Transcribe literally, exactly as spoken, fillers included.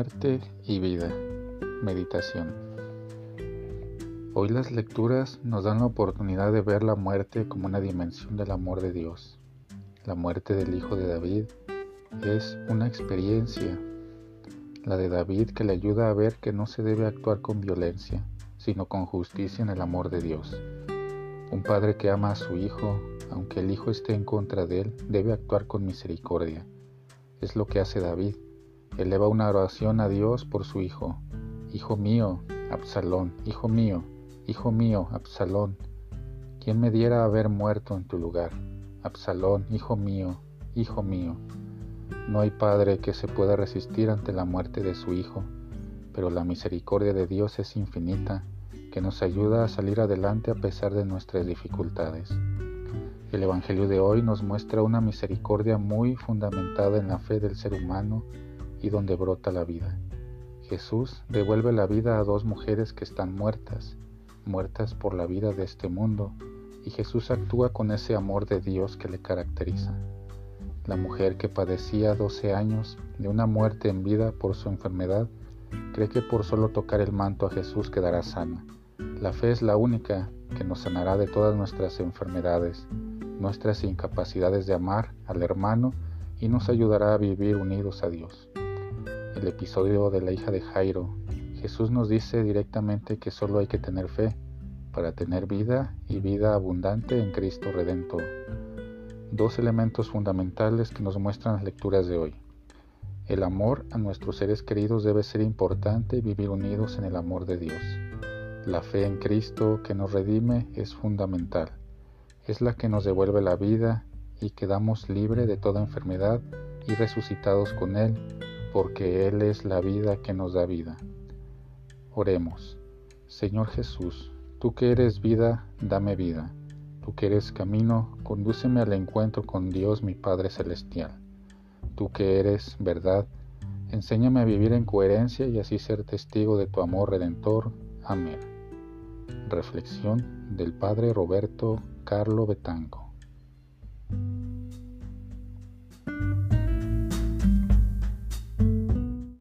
Muerte y vida. Meditación. Hoy las lecturas nos dan la oportunidad de ver la muerte como una dimensión del amor de Dios. La muerte del Hijo de David es una experiencia, la de David, que le ayuda a ver que no se debe actuar con violencia, sino con justicia en el amor de Dios. Un padre que ama a su hijo, aunque el hijo esté en contra de él, debe actuar con misericordia. Es lo que hace David. Eleva una oración a Dios por su hijo. Hijo mío, Absalón, hijo mío, hijo mío, Absalón. ¿Quién me diera haber muerto en tu lugar? Absalón, hijo mío, hijo mío. No hay padre que se pueda resistir ante la muerte de su hijo, pero la misericordia de Dios es infinita, que nos ayuda a salir adelante a pesar de nuestras dificultades. El Evangelio de hoy nos muestra una misericordia muy fundamentada en la fe del ser humano y donde brota la vida. Jesús devuelve la vida a dos mujeres que están muertas, muertas por la vida de este mundo, y Jesús actúa con ese amor de Dios que le caracteriza. La mujer que padecía doce años de una muerte en vida por su enfermedad, cree que por solo tocar el manto a Jesús quedará sana. La fe es la única que nos sanará de todas nuestras enfermedades, nuestras incapacidades de amar al hermano, y nos ayudará a vivir unidos a Dios. El episodio de la hija de Jairo, Jesús nos dice directamente que solo hay que tener fe para tener vida y vida abundante en Cristo Redentor. Dos elementos fundamentales que nos muestran las lecturas de hoy. El amor a nuestros seres queridos debe ser importante y vivir unidos en el amor de Dios. La fe en Cristo que nos redime es fundamental. Es la que nos devuelve la vida y quedamos libres de toda enfermedad y resucitados con Él, porque Él es la vida que nos da vida. Oremos. Señor Jesús, tú que eres vida, dame vida. Tú que eres camino, condúceme al encuentro con Dios mi Padre Celestial. Tú que eres verdad, enséñame a vivir en coherencia y así ser testigo de tu amor redentor. Amén. Reflexión del Padre Roberto Carlo Betanco.